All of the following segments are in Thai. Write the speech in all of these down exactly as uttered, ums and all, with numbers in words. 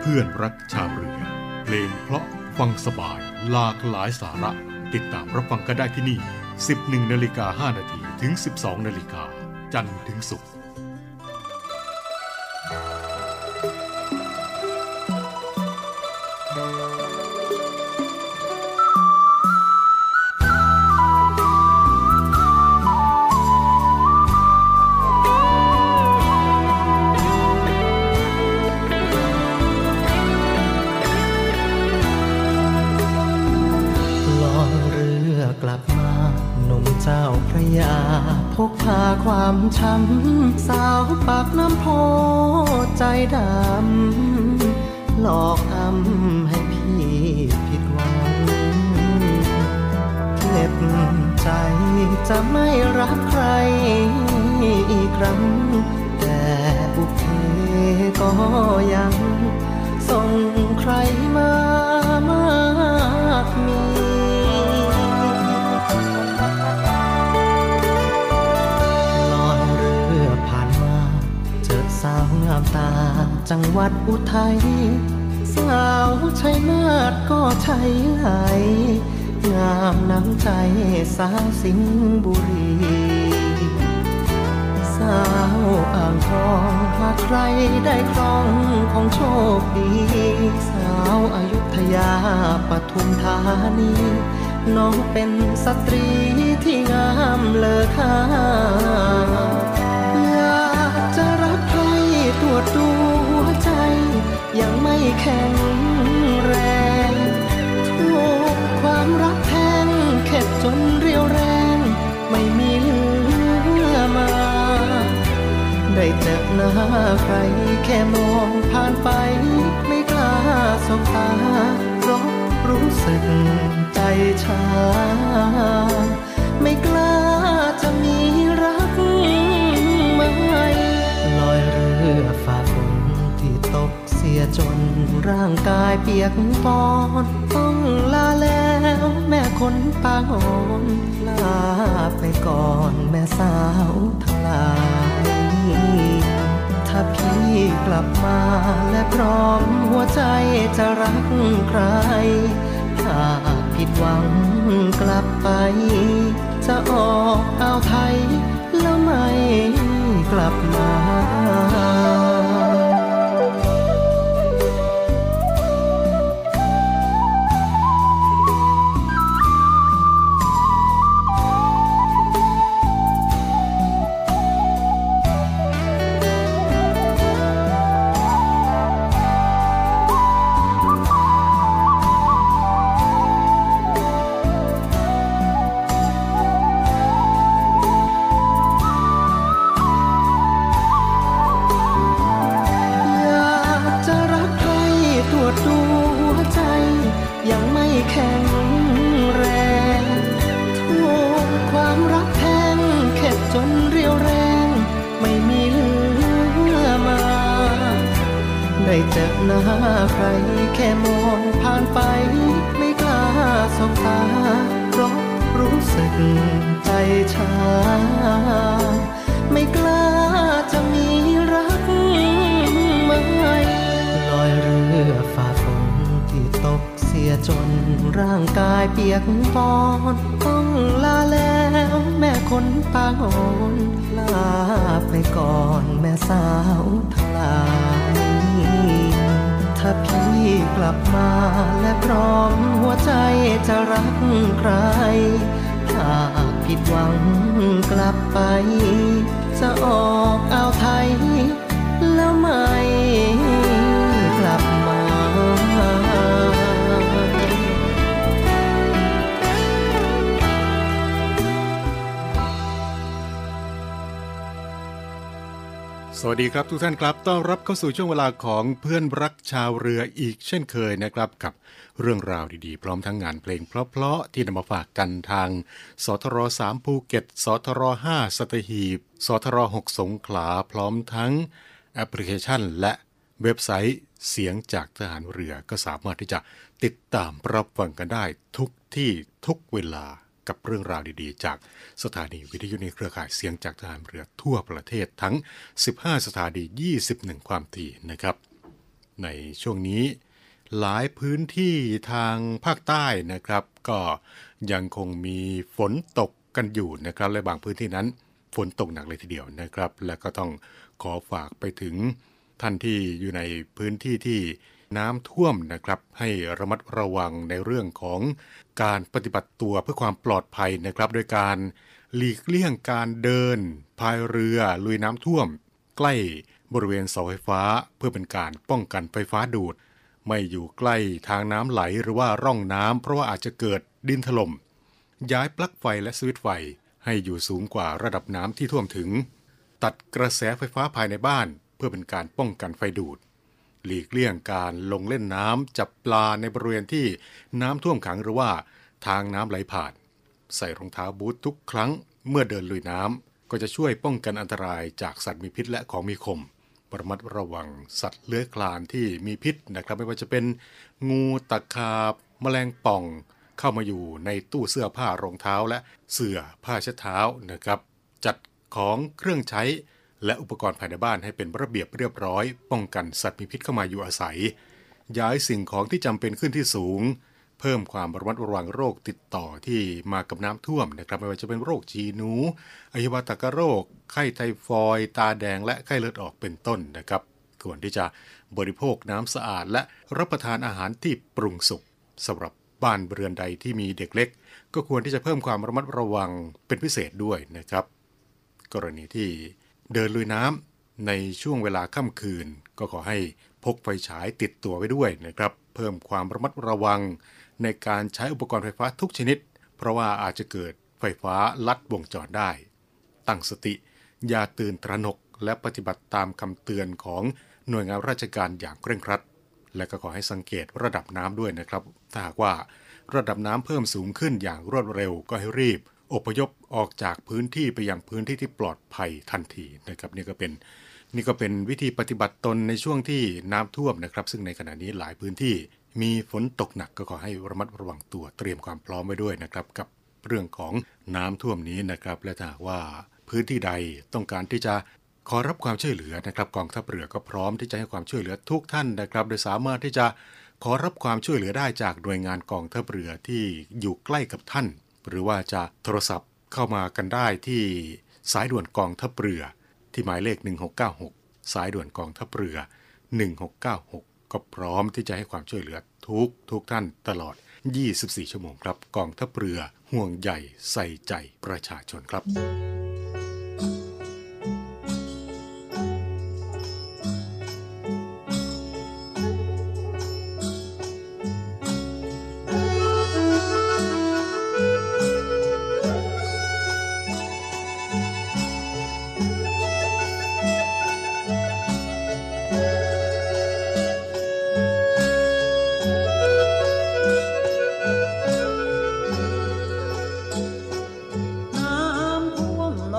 พื่อนรักชาวเรือเพลงเพราะฟังสบายหลากหลายสาระติดตามรับฟังกันได้ที่นี่ สิบเอ็ดนาฬิกาห้านาทีถึง สิบสองนาฬิกาจันทร์ถึงศุกร์พกพาความช้ำสาวปากน้ำโพใจดำหลอกอำให้พี่ผิดหวังเจ็บใจจะไม่รักใครอีกครั้งแต่บุพเพก็ยังส่งใครมามากมีสาวงามตาจังหวัดอุทัยสาวชัยนาทก็ใช่ไหลงามน้ำใจสาวสิงห์บุรีสาวอ่างทองหากใครได้ครองของโชคดีสาวอยุธยาปทุมธานีน้องเป็นสตรีที่งามเลอค่าอยากจะรักใครตรวจดูหัวใจยังไม่แข็งแรงถูกความรักแทงเข็ดจนเรียวแรงไม่มีเหลือมาได้เจอหน้าใครแค่มองผ่านไปไม่กล้าสบตาเพราะรู้สึกใจชาไม่กล้าจะมีรักใหม่ลอยเรือฝ่าฝนที่ตกเสียจนร่างกายเปียกปอนต้องลาแล้วแม่คนปางอ่อนลาไปก่อนแม่สาวทั้งหลายถ้าพี่กลับมาและพร้อมหัวใจจะรักใครถ้าผิดหวังกลับไปจะออกอ่าวไทยแล้วไม่กลับมาได้เจอหน้าใครแค่มองผ่านไปไม่กล้าสบตาเพราะรู้สึกใจชาไม่กล้าจะมีรักใหม่ลอยเรือฝ่าฝนที่ตกเสียจนร่างกายเปียกปอนต้องลาแล้วแม่คนปางอ่อนลาไปก่อนแม่สาวทั้งหลายถ้าพี่กลับมาและพร้อมหัวใจจะรักใครถ้าผิดหวังกลับไปจะออกอ่าวไทยแล้วไม่กลับมาสวัสดีครับทุกท่านครับต้อนรับเข้าสู่ช่วงเวลาของเพื่อนรักชาวเรืออีกเช่นเคยนะครับกับเรื่องราวดีๆพร้อมทั้งงานเพลงเพราะๆที่นำมาฝากกันทางสทรสามภูเก็ตสทรห้าสัตหีบสทรหกสงขลาพร้อมทั้งแอปพลิเคชันและเว็บไซต์เสียงจากทหารเรือก็สามารถที่จะติดตามรับฟังกันได้ทุกที่ทุกเวลากับเรื่องราวดีๆจากสถานีวิทยุในเครือข่ายเสียงจากทหารเรือทั่วประเทศทั้งสิบห้าสถานียี่สิบเอ็ดความถี่นะครับในช่วงนี้หลายพื้นที่ทางภาคใต้นะครับก็ยังคงมีฝนตกกันอยู่นะครับและบางพื้นที่นั้นฝนตกหนักเลยทีเดียวนะครับและก็ต้องขอฝากไปถึงท่านที่อยู่ในพื้นที่ที่น้ำท่วมนะครับให้ระมัดระวังในเรื่องของการปฏิบัติตัวเพื่อความปลอดภัยนะครับโดยการหลีกเลี่ยงการเดินพายเรือลุยน้ำท่วมใกล้บริเวณเสาไฟฟ้าเพื่อเป็นการป้องกันไฟฟ้าดูดไม่อยู่ใกล้ทางน้ำไหลหรือว่าร่องน้ำเพราะว่าอาจจะเกิดดินถล่มย้ายปลั๊กไฟและสวิตช์ไฟให้อยู่สูงกว่าระดับน้ำที่ท่วมถึงตัดกระแสไฟฟ้าภายในบ้านเพื่อเป็นการป้องกันไฟดูดหลีกเลี่ยงการลงเล่นน้ำจับปลาในบริเวณที่น้ำท่วมขังหรือว่าทางน้ำไหลผ่านใส่รองเท้าบูททุกครั้งเมื่อเดินลุยน้ำก็จะช่วยป้องกันอันตรายจากสัตว์มีพิษและของมีคมระมัดระวังสัตว์เลื้อยคลานที่มีพิษนะครับไม่ว่าจะเป็นงูตะขาบแมลงป่องเข้ามาอยู่ในตู้เสื้อผ้ารองเท้าและเสื่อผ้าเช็ดเท้านะครับจัดของเครื่องใช้และอุปกรณ์ภายในบ้านให้เป็นระเบียบเรียบร้อยป้องกันสัตว์มีพิษเข้ามาอยู่อาศัยย้ายสิ่งของที่จำเป็นขึ้นที่สูงเพิ่มความระมัดระวังโรคติดต่อที่มากับน้ำท่วมนะครับไม่ว่าจะเป็นโรคฉี่หนูอหิวาตกโรคไข้ไทฟอยด์ตาแดงและไข้เลือดออกเป็นต้นนะครับควรที่จะบริโภคน้ำสะอาดและรับประทานอาหารที่ปรุงสุกสำหรับบ้านเรือนใดที่มีเด็กเล็กก็ควรที่จะเพิ่มความระมัดระวังเป็นพิเศษด้วยนะครับกรณีที่เดินลุยน้ำในช่วงเวลาค่ำคืนก็ขอให้พกไฟฉายติดตัวไว้ด้วยนะครับเพิ่มความระมัดระวังในการใช้อุปกรณ์ไฟฟ้าทุกชนิดเพราะว่าอาจจะเกิดไฟฟ้าลัดวงจรได้ตั้งสติอย่าตื่นตระหนกและปฏิบัติตามคำเตือนของหน่วยงานราชการอย่างเคร่งครัดและก็ขอให้สังเกตระดับน้ำด้วยนะครับถ้าหากว่าระดับน้ำเพิ่มสูงขึ้นอย่างรวดเร็วก็ให้รีบอพยพออกจากพื้นที่ไปยังพื้นที่ที่ปลอดภัยทันทีนะครับนี่ก็เป็นนี่ก็เป็นวิธีปฏิบัติตนในช่วงที่น้ำท่วมนะครับซึ่งในขณะนี้หลายพื้นที่มีฝนตกหนักก็ขอให้ระมัดระวังตัวเตรียมความพร้อมไว้ด้วยนะครับกับเรื่องของน้ำท่วมนี้นะครับและถ้าหากว่าพื้นที่ใดต้องการที่จะขอรับความช่วยเหลือนะครับกองทัพเรือก็พร้อมที่จะให้ความช่วยเหลือทุกท่านนะครับโดยสามารถที่จะขอรับความช่วยเหลือได้จากหน่วยงานกองทัพเรือที่อยู่ใกล้กับท่านหรือว่าจะโทรศัพท์เข้ามากันได้ที่สายด่วนกองทัพเรือที่หมายเลขหนึ่งหกเก้าหกสายด่วนกองทัพเรือหนึ่งหกเก้าหกก็พร้อมที่จะให้ความช่วยเหลือทุกทุกท่านตลอดยี่สิบสี่ชั่วโมงครับกองทัพเรือห่วงใยใส่ใจประชาชนครับน้ำท่วมน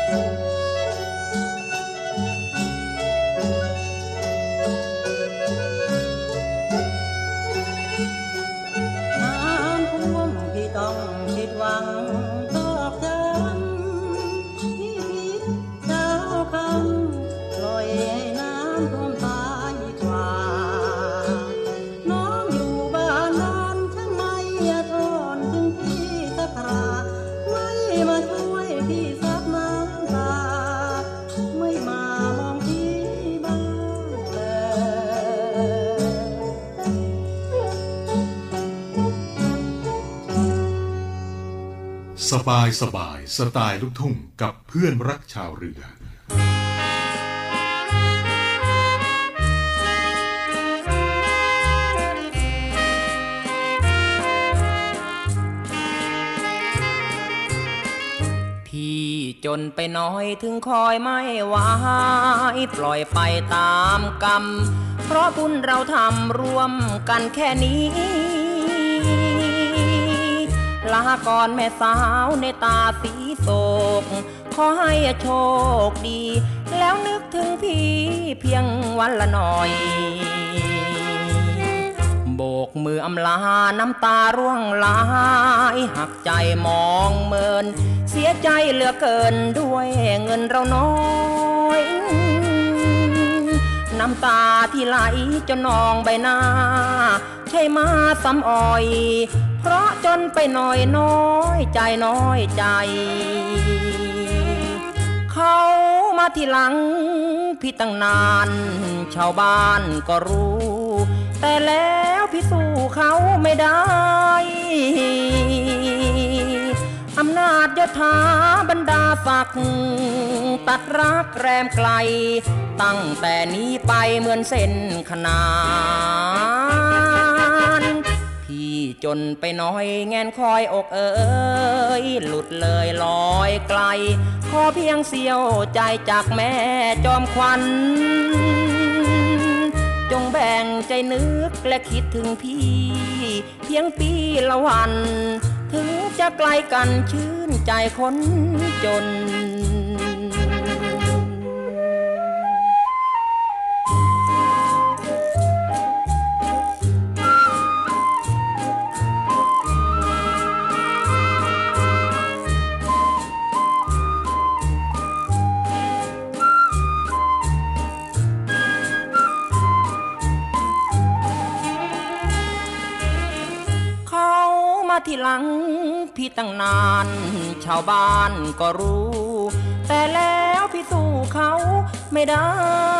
สบายสบายสไตล์ลูกทุ่งกับเพื่อนรักชาวเรือพี่จนไปน้อยถึงคอยไม่ไหวปล่อยไปตามกรรมเพราะบุญเราทำร่วมกันแค่นี้ลาก่อนแม่สาวในตาสีโศกขอให้โชคดีแล้วนึกถึงพี่เพียงวันละหน่อยโบกมืออำลาน้ำตาร่วงไหลหักใจมองเมินเสียใจเหลือเกินด้วยเงินเราน้อยน้ำตาที่ไหลจนนองใบหน้าใช่มาซ้ำอ้อยเพราะจนไปหน่อยน้อยใจน้อยใจเขามาทีหลังพี่ตั้งนานชาวบ้านก็รู้แต่แล้วพี่สู้เขาไม่ได้อำนาจยศถาบรรดาศักดิ์ตัดรักแรมไกลตั้งแต่นี้ไปเหมือนเส้นขนานพี่จนไปน้อยแงนคอยอกเอ๋ยหลุดเลยลอยไกลขอเพียงเสี้ยวใจจากแม่จอมขวัญจงแบ่งใจนึกและคิดถึงพี่เพียงปีละวันถึงจะไกลกันชื่นใจคนจนที่หลังพี่ตั้งนานชาวบ้านก็รู้แต่แล้วพี่สู้เขาไม่ได้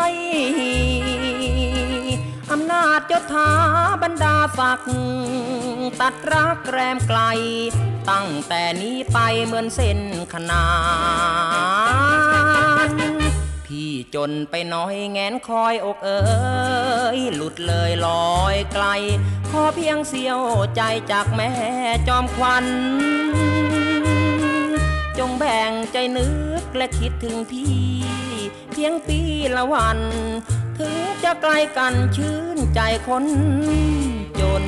อำนาจยศถาบรรดาศักดิ์ตัดรักแรมไกลตั้งแต่นี้ไปเหมือนเส้นขนานพี่จนไปน้อยแงนคอยอกเอ๋ยหลุดเลยลอยไกลขอเพียงเสี้ยวใจจากแม่จอมขวัญจงแบ่งใจนึกและคิดถึงพี่เพียงปีละวันถึงจะไกลกันชื่นใจคนจน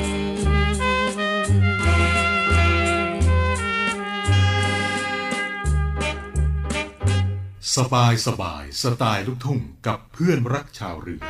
สบายสบายสไตล์ลูกทุ่งกับเพื่อนรักชาวเรือ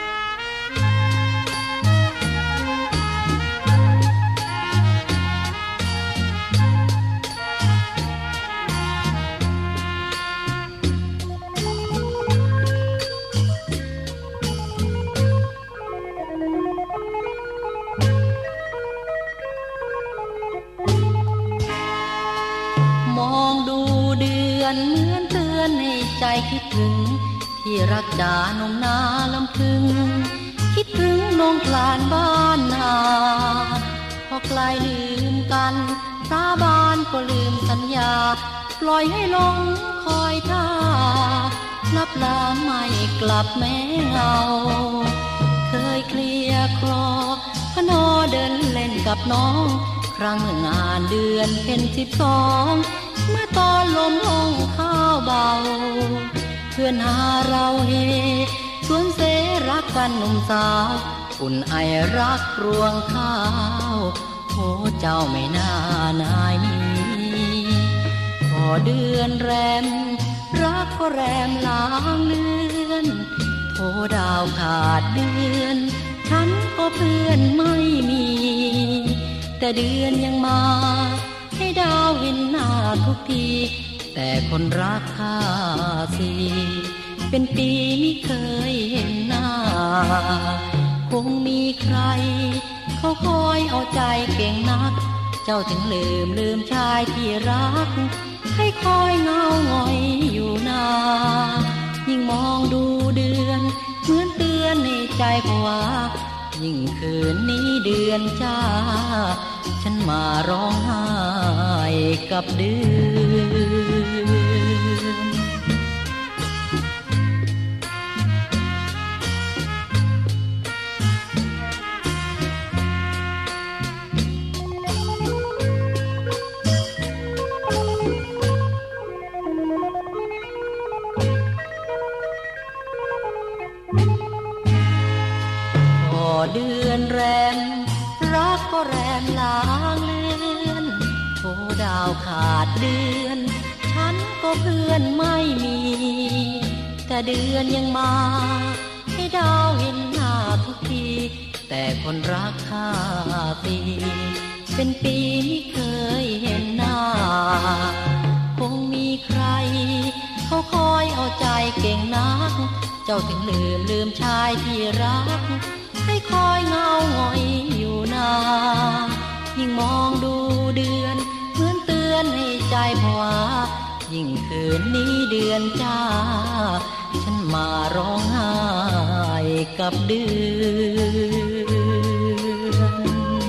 มองดูเดือนเหมือนเตือนให้ใจคิดถึงที่รักจ๋านมนาลำพึงคิดถึงน้องกลานบ้านนาพอไกลลืมกันสาบานก็ลืมสัญญาปล่อยให้ลงคอยท่าลับลาไม่กลับแม้เงาเคยเคลียร์คลอพนอเดินเล่นกับน้องครั้งเมื่องานเดือนเพ็ญสิบสองเมื่อตอนลมห้องข้าวเบาเพื่อนหาเราเฮสวนเสรักกันหนุ่มสาวอุ่นไอรักรวงข้าวโอ้เจ้าไม่น่านายพอเดือนแรมรัก็แรมล้างเลือนโทดาวขาดเดือนฉันก็เพื่อนไม่มีแต่เดือนยังมาให้ดาวเห็นหน้าทุกทีแต่คนรักข้าสิเป็นปีไม่เคยเห็นหน้าคงมีใครเขาคอยเอาใจเก่งนักเจ้าถึงลืมลืมชายที่รักให้คอยเงาหงอยอยู่นานยิ่งมองดูเดือนเหมือนเตือนในใจภาวะยิ่งคืนนี้เดือนจ้าฉันมาร้องไห้กับเดือนเดือนแรมรักก็แรมลางเลือนโทดาวขาดเดือนฉันก็เพื่อนไม่มีแต่เดือนยังมาให้ดาวเห็นหน้าทุกทีแต่คนรักข้าปีเป็นปีไม่เคยเห็นหน้าคงมีใครเขาคอยเอาใจเก่งนักเจ้าถึงลืมลืมชายที่รักให้คอยเงาหงอยอยู่นานยิ่งมองดูเดือนเหมือนเตือนให้ใจภาวะยิ่งคืนนี้เดือนจ้าฉันมาร้องไห้กับเดือน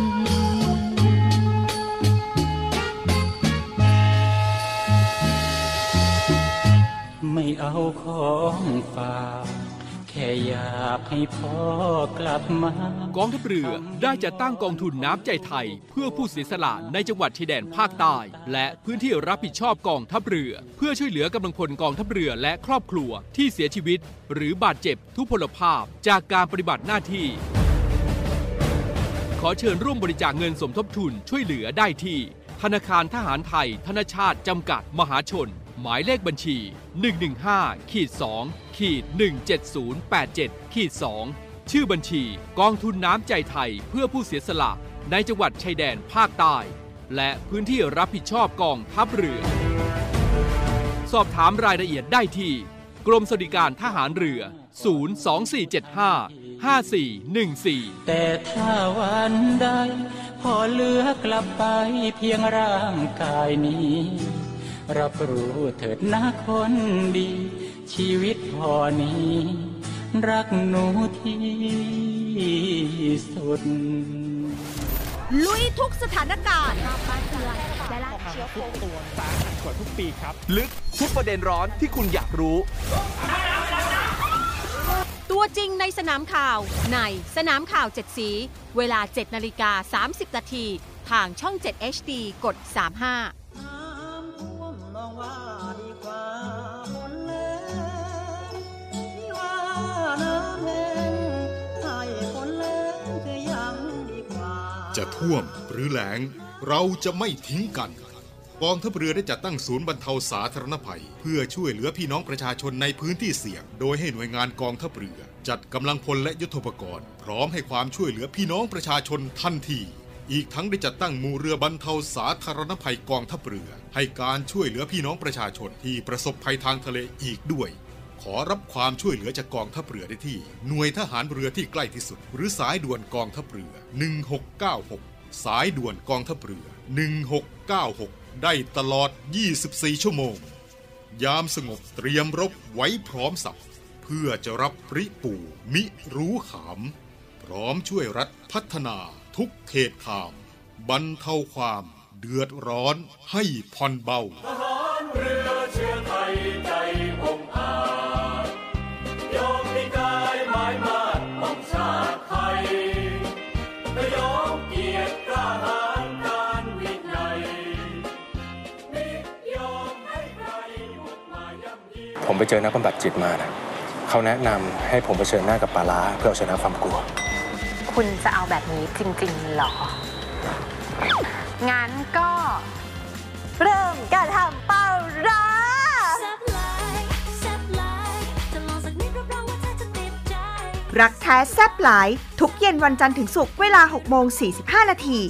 ไม่เอาของฝากแค่อยากให้พ่อกลับมากองทัพเรือได้จัดตั้งกองทุนน้ำใจไทยเพื่อผู้เสียสละในจังหวัดชายแดนภาคใต้และพื้นที่รับผิดชอบกองทัพเรือเพื่อช่วยเหลือกำลังพลกองทัพเรือและครอบครัวที่เสียชีวิตหรือบาดเจ็บทุพพลภาพจากการปฏิบัติหน้าที่ขอเชิญร่วมบริจาคเงินสมทบทุนช่วยเหลือได้ที่ธนาคารทหารไทยธนชาติจำกัดมหาชนหมายเลขบัญชี หนึ่ง หนึ่ง ห้า สอง หนึ่ง เจ็ด ศูนย์ แปด เจ็ด สอง ชื่อบัญชีกองทุนน้ำใจไทยเพื่อผู้เสียสละในจังหวัดชายแดนภาคใต้และพื้นที่รับผิดชอบกองทัพเรือสอบถามรายละเอียดได้ที่กรมสวัสดิการทหารเรือ ศูนย์ สอง สี่ เจ็ด ห้า ห้า สี่ หนึ่ง สี่แต่ถ้าวันใดพอเหลือกลับไปเพียงร่างกายนี้รับรู้เถิดนะคนดีชีวิตพอนี้รักหนูที่สุดลุยทุกสถานการณ์ทุกตัวสาหัสกว่าทุกปีครับลึกทุกประเด็นร้อนที่คุณอยากรู้ตัวจริงในสนามข่าวในสนามข่าวเจ็ดสีเวลา เจ็ดนาฬิกาสามสิบนาทีทางช่อง เจ็ด เอช ดี กด สามสิบห้าจะท่วมหรือแล้งเราจะไม่ทิ้งกันกองทัพเรือได้จัดตั้งศูนย์บรรเทาสาธารณภัยเพื่อช่วยเหลือพี่น้องประชาชนในพื้นที่เสี่ยงโดยให้หน่วยงานกองทัพเรือจัดกำลังพลและยุทโธปกรณ์พร้อมให้ความช่วยเหลือพี่น้องประชาชนทันทีอีกทั้งได้จัดตั้งหมู่เรือบรรเทาสาธารณภัยกองทัพเรือให้การช่วยเหลือพี่น้องประชาชนที่ประสบภัยทางทะเลอีกด้วยขอรับความช่วยเหลือจากกองทัพเรือได้ที่หน่วยทหารเรือที่ใกล้ที่สุดหรือสายด่วนกองทัพเรือหนึ่งหกเก้าหกสายด่วนกองทัพเรือหนึ่งหกเก้าหกได้ตลอดยี่สิบสี่ชั่วโมงยามสงบเตรียมรบไว้พร้อมสับเพื่อจะรับปริปู่มิรู้ขามพร้อมช่วยรัฐพัฒนาทุกเขตขามบรรเทาความเดือดร้อนให้ผ่อนเบาทหารเรือเชื้อไทยใจองอาจยอมมีกายหมายมาดของชาติไทยและยอมเกียรติกล้าหาญการวินัยมิยอมให้ใครบุกมาย่ำยีผมไปเจอนักบำบัดจิตมานะเขาแนะนำให้ผมเผชิญหน้ากับปลาร้าเพื่อเอาชนะความกลัวคุณจะเอาแบบนี้จริงๆหรองั้นก็เริ่มการทำปลาร้ารักแท้แซ่บหลายทุกเย็นวันจันทร์ถึงศุกร์เวลา หกโมงสี่สิบห้า นาที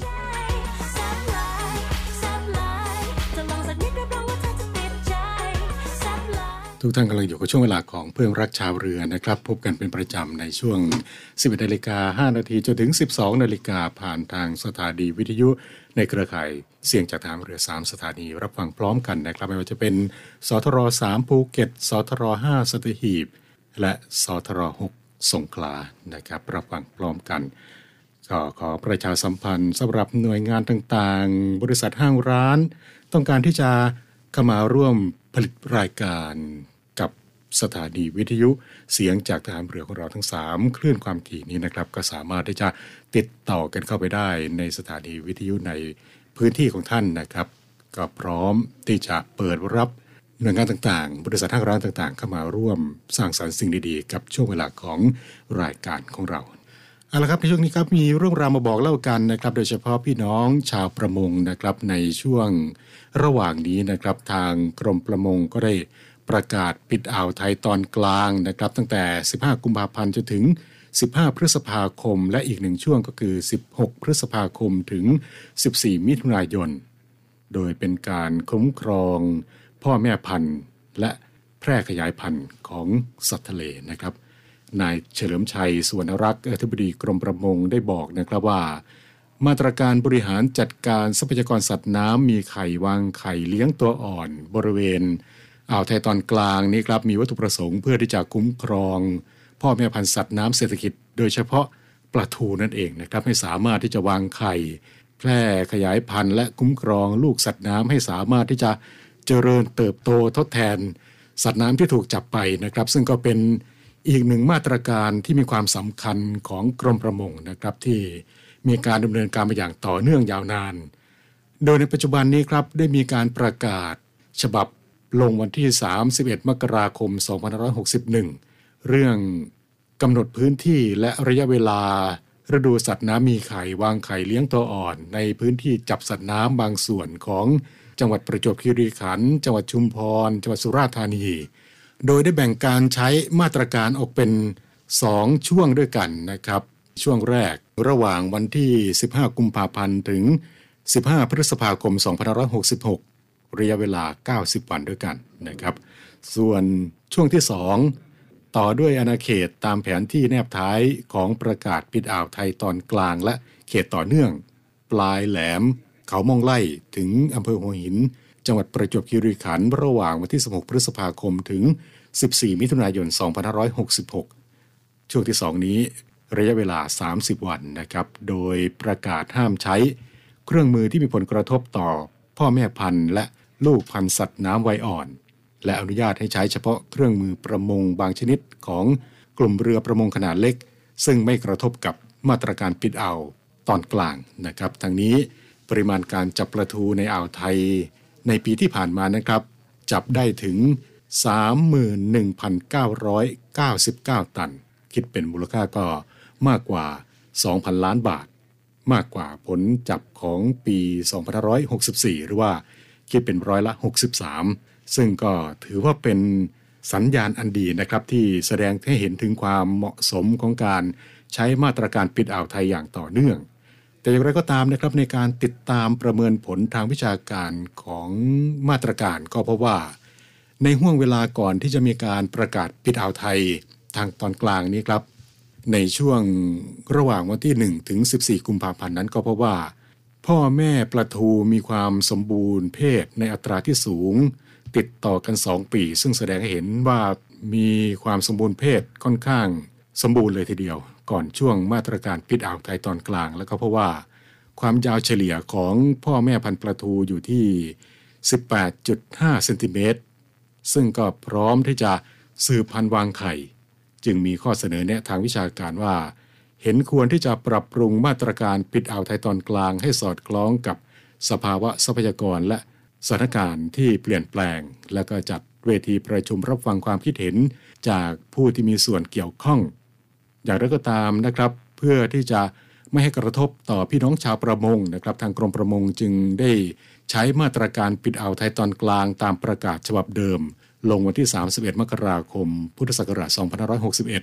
ทุกท่านกำลังอยู่กับช่วงเวลาของเพื่อนรักชาวเรือนะครับพบกันเป็นประจำในช่วง สิบเอ็ดนาฬิกาห้านาทีจนถึง สิบสองนาฬิกาผ่านทางสถานีวิทยุในเครือข่ายเสียงจากทางเรือสามสถานีรับฟังพร้อมกันนะครับไม่ว่าจะเป็นสทรสามภูเก็ตสทรห้าสัตหีบและสทรหกสงขลานะครับรับฟังพร้อมกันก็ขอประชาสัมพันธ์สำหรับหน่วยงานต่างๆบริษัทห้างร้านต้องการที่จะเข้ามาร่วมผลิตรายการกับสถานีวิทยุเสียงจากทหารเรือของเราทั้งสามคลื่นความถี่นี้นะครับก็สามารถที่จะติดต่อกันเข้าไปได้ในสถานีวิทยุในพื้นที่ของท่านนะครับก็พร้อมที่จะเปิดรับหน่วยงานต่างๆบริษัทห้างร้านต่างๆเข้ามาร่วมสร้างสรรค์สิ่งดีๆกับช่วงเวลาของรายการของเราเอาละครับในช่วงนี้ครับมีเรื่องราวมาบอกเล่ากันนะครับโดยเฉพาะพี่น้องชาวประมงนะครับในช่วงระหว่างนี้นะครับทางกรมประมงก็ได้ประกาศปิดอ่าวไทยตอนกลางนะครับตั้งแต่สิบห้ากุมภาพันธ์จนถึงสิบห้าพฤษภาคมและอีกหนึ่งช่วงก็คือสิบหกพฤษภาคมถึงสิบสี่มิถุนายนโดยเป็นการคุ้มครองพ่อแม่พันธุ์และแพร่ขยายพันธุ์ของสัตว์ทะเลนะครับนายเฉลิมชัยสุวรรณรักษ์อธิบดีกรมประมงได้บอกนะครับว่ามาตรการบริหารจัดการทรัพยากรสัตว์น้ำมีไข่วางไข่เลี้ยงตัวอ่อนบริเวณอ่าวไทยตอนกลางนี้ครับมีวัตถุประสงค์เพื่อที่จะคุ้มครองพ่อแม่พันธุ์สัตว์น้ำเศรษฐกิจโดยเฉพาะปลาทูนั่นเองนะครับให้สามารถที่จะวางไข่แพร่ขยายพันธุ์และคุ้มครองลูกสัตว์น้ำให้สามารถที่จะเจริญเติบโตทดแทนสัตว์น้ำที่ถูกจับไปนะครับซึ่งก็เป็นอีกหนึ่งมาตรการที่มีความสำคัญของกรมประมงนะครับที่มีการดำเนินการมาอย่างต่อเนื่องยาวนานโดยในปัจจุบันนี้ครับได้มีการประกาศฉบับลงวันที่สามสิบเอ็ดมกราคมสองพันห้าร้อยหกสิบเอ็ดเรื่องกำหนดพื้นที่และระยะเวลาฤดูสัตว์น้ำมีไข่วางไข่เลี้ยงตัวอ่อนในพื้นที่จับสัตว์น้ำบางส่วนของจังหวัดประจวบคีรีขันธ์จังหวัดชุมพรจังหวัดสุราษฎร์ธานีโดยได้แบ่งการใช้มาตรการออกเป็นสองช่วงด้วยกันนะครับช่วงแรกระหว่างวันที่สิบห้ากุมภาพันธ์ถึงสิบห้าพฤษภาคมสองพันห้าร้อยหกสิบหกระยะเวลาเก้าสิบวันด้วยกันนะครับส่วนช่วงที่สองต่อด้วยอาณาเขตตามแผนที่แนบท้ายของประกาศปิดอ่าวไทยตอนกลางและเขตต่อเนื่องปลายแหลมเขาม่องไล่ถึงอำเภอหัวหินจังหวัดประจวบคีรีขันธ์ระหว่างวันที่สิบหกพฤษภาคมถึงสิบสี่มิถุนายนสองพันห้าร้อยหกสิบหกช่วงที่สองนี้ระยะเวลาสามสิบวันนะครับโดยประกาศห้ามใช้เครื่องมือที่มีผลกระทบต่อพ่อแม่พันธุ์และลูกพันธุ์สัตว์น้ำวัยอ่อนและอนุญาตให้ใช้เฉพาะเครื่องมือประมงบางชนิดของกลุ่มเรือประมงขนาดเล็กซึ่งไม่กระทบกับมาตรการปิดอ่าวตอนกลางนะครับทั้งนี้ปริมาณการจับปลาทูในอ่าวไทยในปีที่ผ่านมานะครับจับได้ถึง สามหมื่นหนึ่งพันเก้าร้อยเก้าสิบเก้า ตันคิดเป็นมูลค่าก็มากกว่า สองพัน ล้านบาทมากกว่าผลจับของปีสองพันห้าร้อยหกสิบสี่หรือว่าคิดเป็นร้อยละหกสิบสามซึ่งก็ถือว่าเป็นสัญญาณอันดีนะครับที่แสดงให้เห็นถึงความเหมาะสมของการใช้มาตรการปิดอ่าวไทยอย่างต่อเนื่องแต่อย่างไรก็ตามนะครับในการติดตามประเมินผลทางวิชาการของมาตรการก็เพราะว่าในห่วงเวลาก่อนที่จะมีการประกาศปิดอ่าวไทยทางตอนกลางนี้ครับในช่วงระหว่างวันที่หนึ่งถึงสิบสี่กุมภาพันธ์นั้นก็เพราะว่าพ่อแม่ปลาทูมีความสมบูรณ์เพศในอัตราที่สูงติดต่อกันสองปีซึ่งแสดงให้เห็นว่ามีความสมบูรณ์เพศค่อนข้างสมบูรณ์เลยทีเดียวก่อนช่วงมาตรการปิดอ่าวไทยตอนกลางแล้วก็เพราะว่าความยาวเฉลี่ยของพ่อแม่พันธุ์ปลาทูอยู่ที่ สิบแปดจุดห้า เซนติเมตรซึ่งก็พร้อมที่จะสืบพันธุ์วางไข่จึงมีข้อเสนอแนะทางวิชาการว่าเห็นควรที่จะปรับปรุงมาตรการปิดอ่าวไทยตอนกลางให้สอดคล้องกับสภาวะทรัพยากรและสถานการณ์ที่เปลี่ยนแปลงและก็จัดเวทีประชุมรับฟังความคิดเห็นจากผู้ที่มีส่วนเกี่ยวข้องอย่างไรก็ตามนะครับเพื่อที่จะไม่ให้กระทบต่อพี่น้องชาวประมงนะครับทางกรมประมงจึงได้ใช้มาตรการปิดอ่าวไทยตอนกลางตามประกาศฉบับเดิมลงวันที่สามสิบเอ็ดมกราคมพุทธศักราชสองพันห้าร้อยหกสิบเอ็ด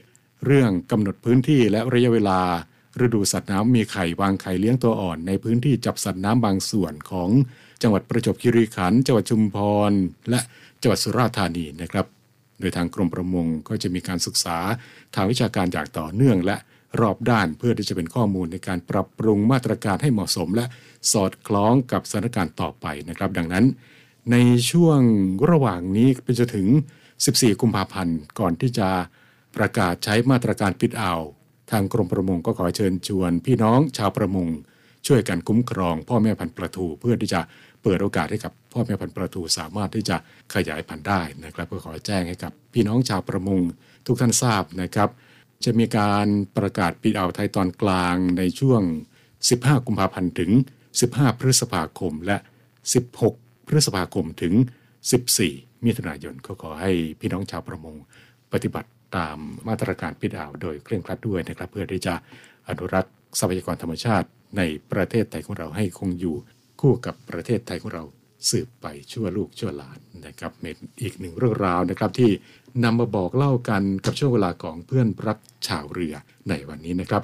เรื่องกำหนดพื้นที่และระยะเวลาฤดูสัตว์น้ำมีไข่วางไข่เลี้ยงตัวอ่อนในพื้นที่จับสัตว์น้ำบางส่วนของจังหวัดประจวบคีรีขันธ์จังหวัดชุมพรและจังหวัดสุราษฎร์ธานีนะครับโดยทางกรมประมงก็จะมีการศึกษาทางวิชาการอย่างต่อเนื่องและรอบด้านเพื่อที่จะเป็นข้อมูลในการปรับปรุงมาตรการให้เหมาะสมและสอดคล้องกับสถานการณ์ต่อไปนะครับดังนั้นในช่วงระหว่างนี้ไปจนถึงสิบสี่กุมภาพันธ์ก่อนที่จะประกาศใช้มาตรการปิดอ่าวทางกรมประมงก็ขอเชิญชวนพี่น้องชาวประมงช่วยกันคุ้มครองพ่อแม่พันธุ์ปลาทูเพื่อที่จะเปิดโอกาสให้กับพ่อแม่พันธุ์ปลาทูสามารถที่จะขยายพันธุ์ได้นะครับก็ขอแจ้งให้กับพี่น้องชาวประมงทุกท่านทราบนะครับจะมีการประกาศปิดอ่าวไทยตอนกลางในช่วงสิบห้ากุมภาพันธ์ถึงสิบห้าพฤษภาคมและสิบหกพฤษภาคมถึงสิบสี่มิถุนายนก็ขอให้พี่น้องชาวประมงปฏิบัติตามมาตรการปิดอ่าวโดยเคร่งครัดด้วยนะครับเพื่อที่จะอนุรักษ์ทรัพยากรธรรมชาติในประเทศไทยของเราให้คงอยู่คู่กับประเทศไทยของเราสืบไปชั่วลูกชั่วหลานนะครับเป็นอีกหนึ่งเรื่องราวนะครับที่นำมาบอกเล่ากันกับช่วงเวลาของเพื่อนรักชาวเรือในวันนี้นะครับ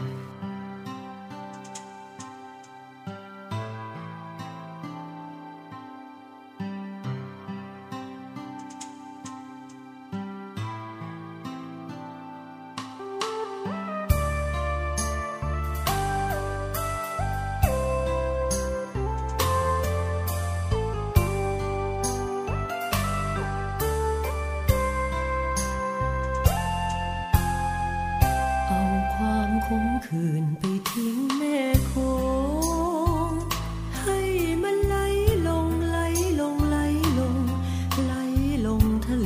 คืนไปทิ้งแม่คงให้มันไหลลงไหลลงไหลลงไหลลงทะเล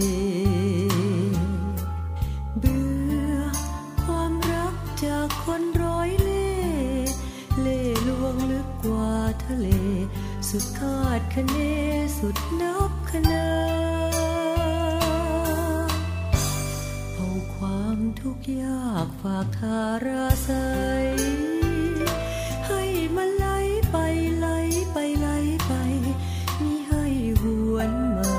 เบื่อความรักจากคนร้อยเล่เล่ลวงลึกกว่าทะเลสุดคาดคะเนสุดนับคะนาเอาความทุกข์ยากฝากทาราใสให้มันไหลไปไหลไปไหลไปมิให้หวนมา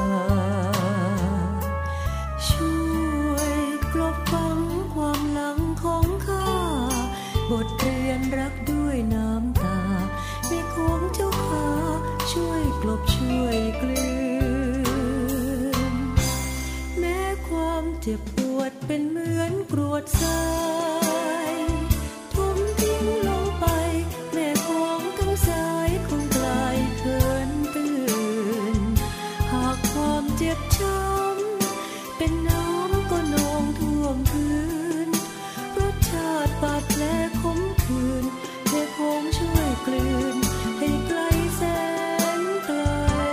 ช่วยกลบฝังความหลังของข้าบทเรียนรักด้วยน้ำตาในของเจ้าขาช่วยกลบช่วยกลืนแม้ความเจ็บปวดเป็นเหมือนกรวดทรายทุ่มทิ้งลงไปแม่ของทั้งสายคงกลายเคินตื่นหากความเจ็บช้ำเป็นน้ำก็นองท่วมพื้นรสชาติบาดแผลขมขื่นแม่คงช่วยกลืนให้ไกลแสนไกล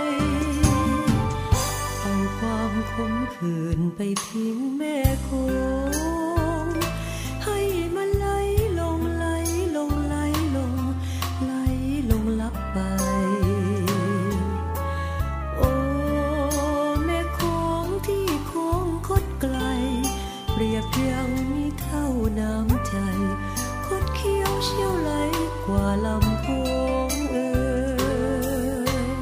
เอาความขมขื่นไปทิ้งแม่คงให้มันไหลลงไหลลงไหลลงไหลลงลับไปโอ้แม่คงที่คงคดไกลเปรียบยังมีเท่าน้ำใจคดเคี้ยวเชี่ยวไหลกว่าลำโพงเอ่ย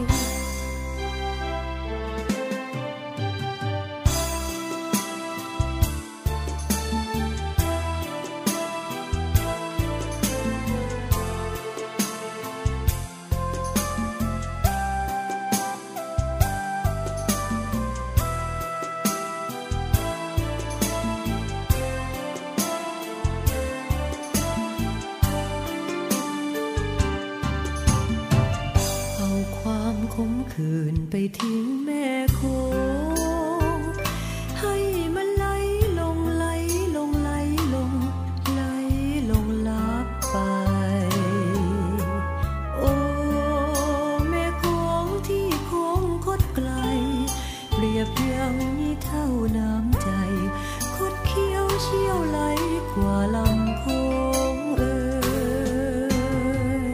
ขมขื่นไปทิ้งแม่คงให้มันไหลลงไหลลงไหลลงไหลลงลับไปโอ้แม่คงที่คงคดไกลเปรียบยังมีเท่าน้ำใจคดเคี้ยวเชี่ยวไหลกว่าลำโพงเอ่ย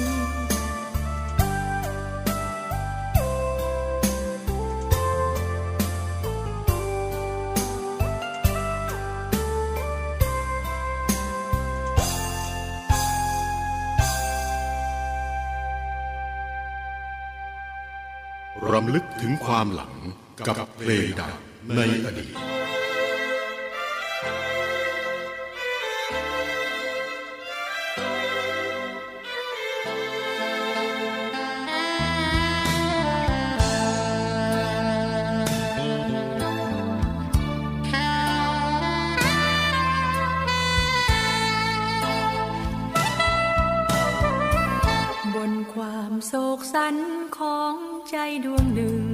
รำลึกถึงความหลังกับเพลงดังในอดีตใจดวงหนึ่ง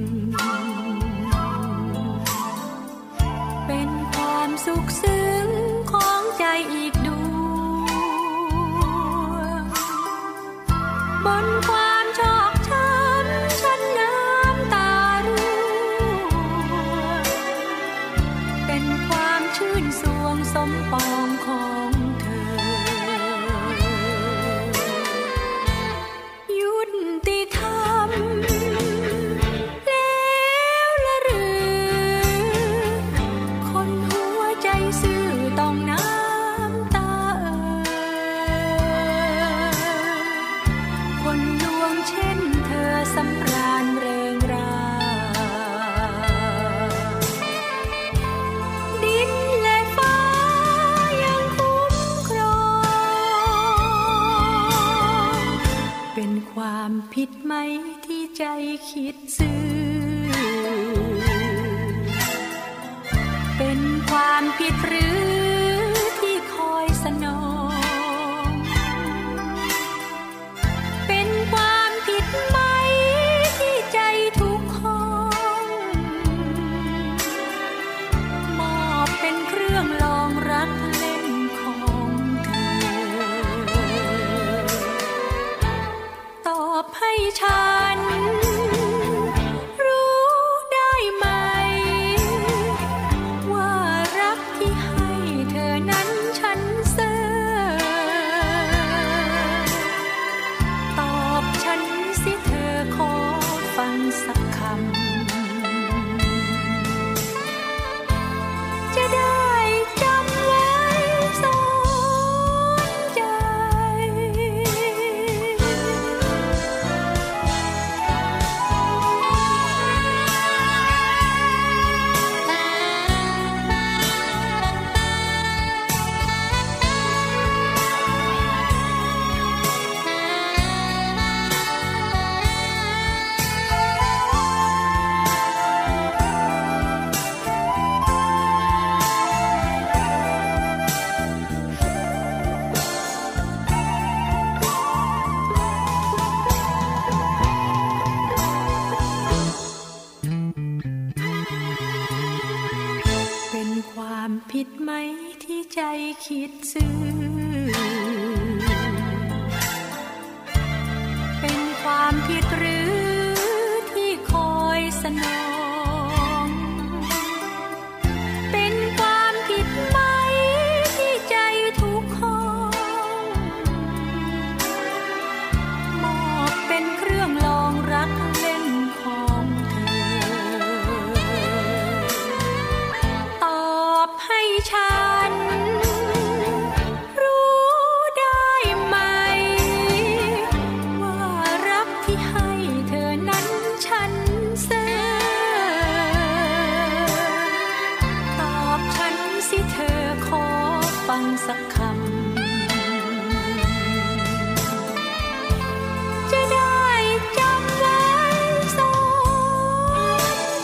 เป็นความสุขซึ้งของใจอีกดวงบนความชอกช้ำฉันน้ำตาร่วงเป็นความชื่นสวงสมปองของเธอยุติธรรมแล้วละหรือคนหัวใจซื่อต้องน้ำตาเอ่อคนลวงเช่นเธอสำราญเริงราดินและฟ้ายังคุ้มครองเป็นความผิดไหมที่ใจคิดซื่อเป็นความผิดหรือที่คอยสนองเป็นความผิดไหมที่ใจทุกห้องมอบเป็นเครื่องลองรักเล่นของเธอตอบให้ฉันรู้ได้ไหมว่ารักที่ให้เธอนั้นฉันเซ่อตอบฉันสิเธอขอฟังสักคำจะได้จำไว้สอนใจ ผิดไหมที่ใจคิดซื่อเป็นความผิดหรือที่คอยสนองเป็นความผิดไหมที่ใจทุกข้องมอบเป็นเครื่องลองรักเล่นของเธอตอบให้ฉันรู้ได้ไหมว่ารักที่ให้เธอนั้นฉันเซ่อตอบฉันสิเธอขอฟังสักคำจะได้จำไว้สอนใจ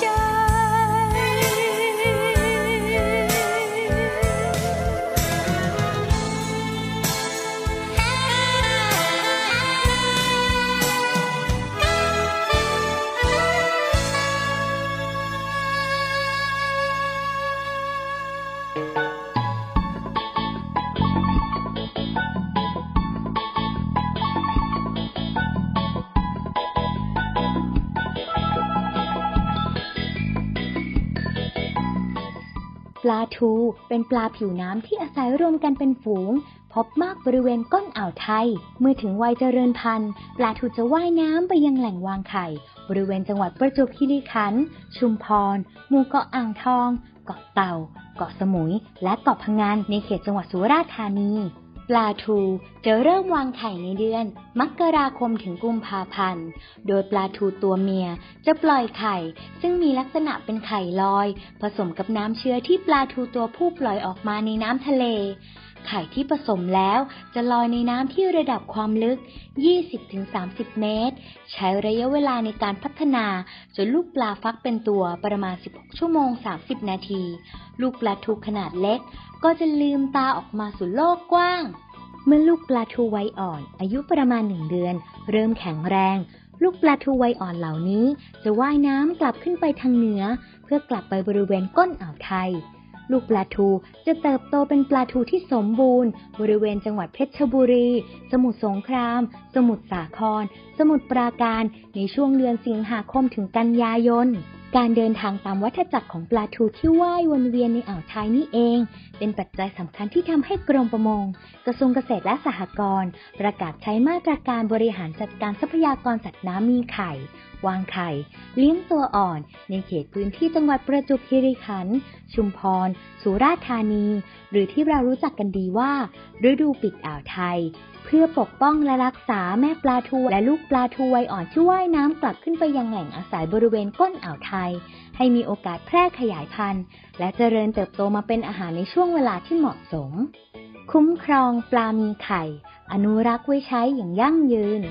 ปลาทูเป็นปลาผิวน้ำที่อาศัยรวมกันเป็นฝูงพบมากบริเวณก้นอ่าวไทยเมื่อถึงวัยเจริญพันธุ์ปลาทูจะว่ายน้ำไปยังแหล่งวางไข่บริเวณจังหวัดประจวบคีรีขันธ์ชุมพรหมู่เกาะอ่างทองเกาะเต่าเกาะสมุยและเกาะพะงันในเขตจังหวัดสุราษฎร์ธานีปลาทูจะเริ่มวางไข่ในเดือนมกราคมถึงกุมภาพันธ์โดยปลาทูตัวเมียจะปล่อยไข่ซึ่งมีลักษณะเป็นไข่ลอยผสมกับน้ำเชื้อที่ปลาทูตัวผู้ปล่อยออกมาในน้ำทะเลไข่ที่ผสมแล้วจะลอยในน้ำที่ระดับความลึก ยี่สิบถึงสามสิบ เมตรใช้ระยะเวลาในการพัฒนาจนลูกปลาฟักเป็นตัวประมาณสิบหกชั่วโมงสามสิบนาทีลูกปลาทูขนาดเล็กก็จะลืมตาออกมาสู่โลกกว้างเมื่อลูกปลาทูวัยอ่อนอายุประมาณหนึ่งเดือนเริ่มแข็งแรงลูกปลาทูวัยอ่อนเหล่านี้จะว่ายน้ำกลับขึ้นไปทางเหนือเพื่อกลับไปบริเวณก้นอ่าวไทยลูกปลาทูจะเติบโตเป็นปลาทูที่สมบูรณ์บริเวณจังหวัดเพชรบุรีสมุทรสงครามสมุทรสาครสมุทรปราการในช่วงเดือนสิงหาคมถึงกันยายนการเดินทางตามวัฏจักรของปลาทูที่ว่ายวนเวียนในอ่าวไทยนี่เองเป็นปัจจัยสำคัญที่ทำให้กรมประมงกระทรวงเกษตรและสหกรณ์ประกาศใช้มาตรการบริหารจัดการทรัพยากรสัตว์น้ำมีไข่วางไข่เลี้ยงตัวอ่อนในเขตพื้นที่จังหวัดประจวบคีรีขันธ์ชุมพรสุราษฎร์ธานีหรือที่เรารู้จักกันดีว่าฤดูปิดอ่าวไทยเพื่อปกป้องและรักษาแม่ปลาทูและลูกปลาทูวัยอ่อนที่ว่ายน้ำกลับขึ้นไปยังแหล่งอาศัยบริเวณก้นอ่าวไทยให้มีโอกาสแพร่ขยายพันธุ์และเจริญเติบโตมาเป็นอาหารในช่วงเวลาที่เหมาะสมคุ้มครองปลามีไข่อนุรักษ์ไว้ใช้อย่างยั่งยืน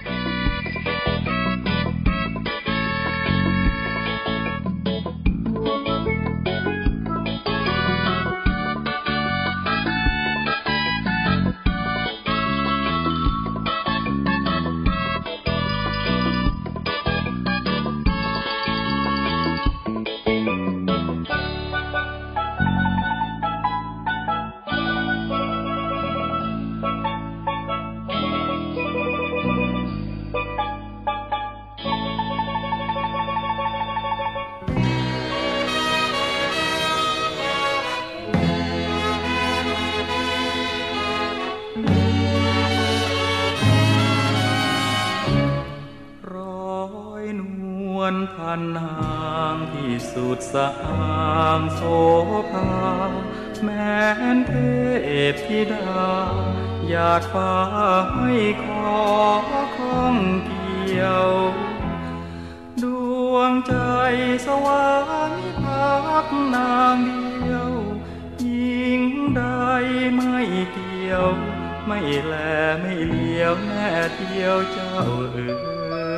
พันหางที่สุดสะอางโสภาแม้นเทพธิดาหยาดฟ้าให้ขอข้องเกี่ยวดวงใจสว่างพักนางเดียวยิ่งใดไม่เกี่ยวไม่แลไม่เลี้ยวแน่เดียวเจ้าเอ๋ย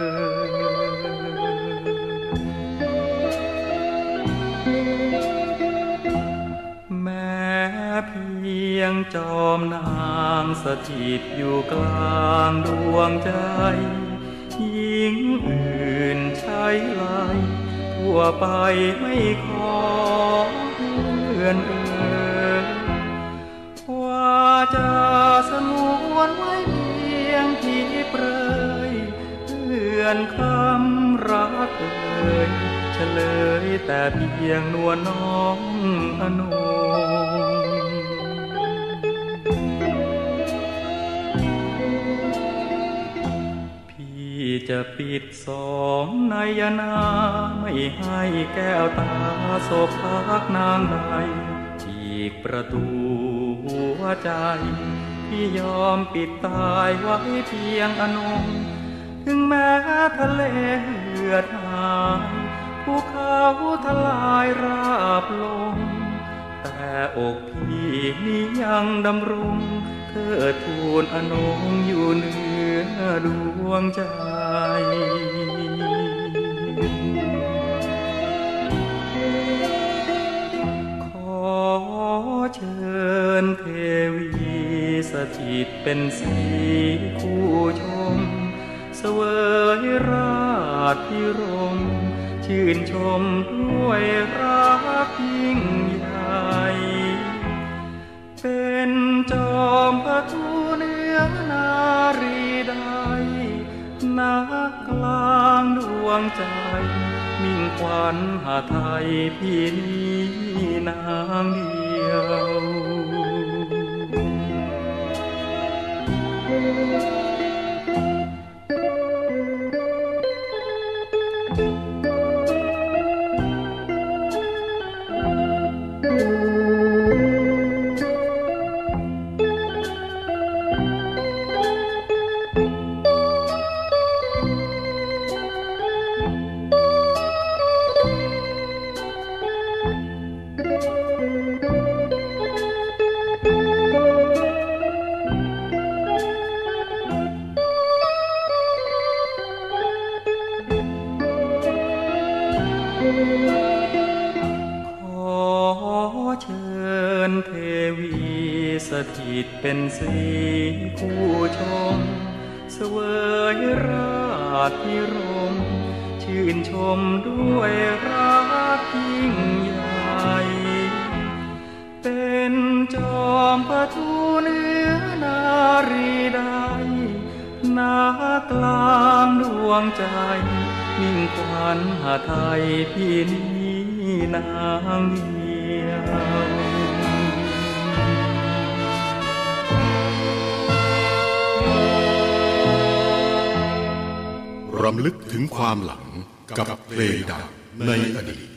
แม้เพียงจอมนางสถิตอยู่กลางดวงใจหญิงอื่นใช้ไหลทั่วไปไม่ขอเพื่อนเอ่ยว่าจะสงวนไว้เพียงที่เปรยเพื่อนคำรักเอ่ยเฉลยแต่เพียงนวลน้องอนงพี่จะปิดสองนายนาไม่ให้แก้วตาโศกพักนางใดอีกประตูหัวใจพี่ยอมปิดตายไว้เพียงอนงถึงแม้ทะเลเหือดหายภูเขาทลายราบลงแต่อกพี่นี้ยังดำรงเธอทูลอนงอยู่เหนือดวงใจขอเชิญเทวีสถิตเป็นสีคู่ชมเสวยราชพิรมชื่นชมด้วยรักยิ่งใหญ่เป็นจอมพระทูเนื้อนารีใดนักกลางดวงใจมิ่งขวัญหาไทยพี่นี้นางเดียวสถิตเป็นสีคู่ชมเเสวยราชพิรมชื่นชมด้วยรักยิ่งใหญ่เป็นจอมปทุเนื้อนารีใดนากลางดวงใจมิ่งขวัญหาไทยพี่นี้นางเดียวรำลึกถึงความหลังกับเพลงดังในอดีต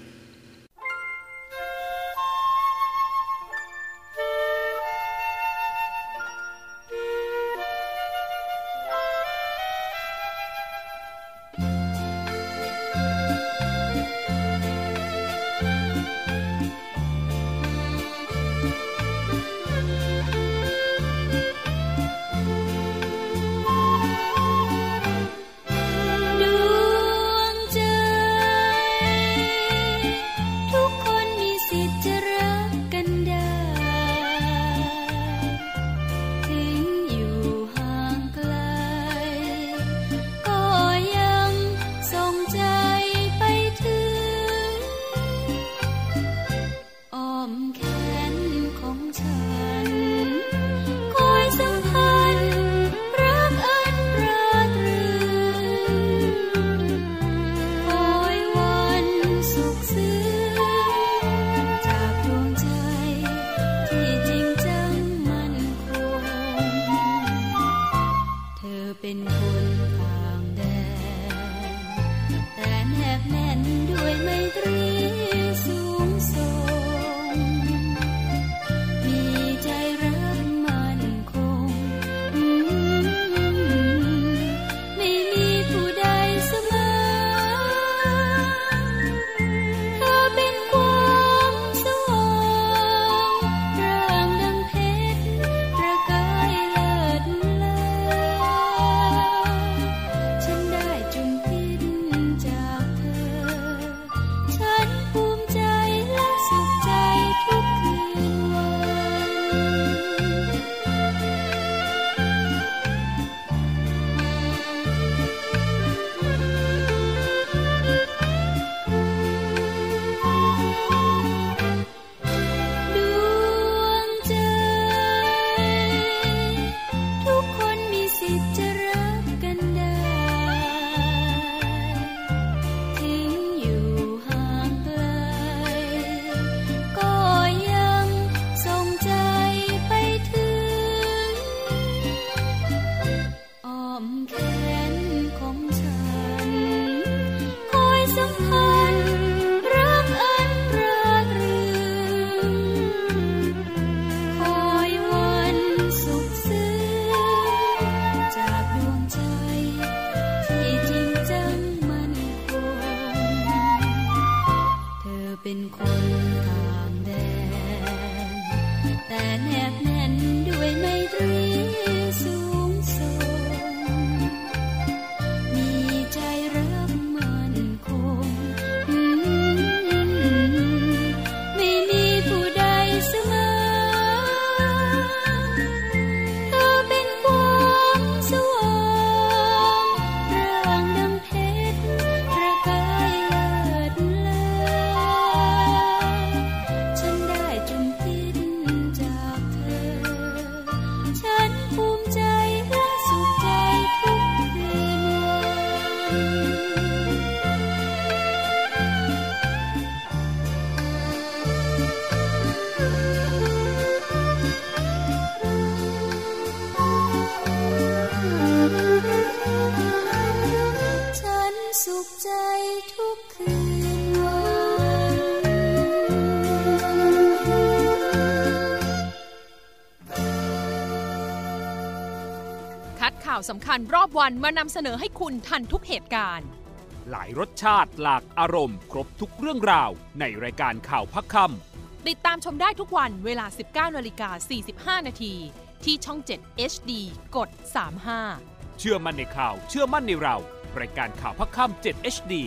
ข่าวสำคัญรอบวันมานำเสนอให้คุณทันทุกเหตุการณ์หลายรสชาติหลากอารมณ์ครบทุกเรื่องราวในรายการข่าวพักค่ำติดตามชมได้ทุกวันเวลา สิบเก้านาฬิกาสี่สิบห้านาทีที่ช่องเจ็ด เอช ดี กดสามสิบห้าเชื่อมั่นในข่าวเชื่อมั่นในเรารายการข่าวพักค่ำเจ็ด เอช ดี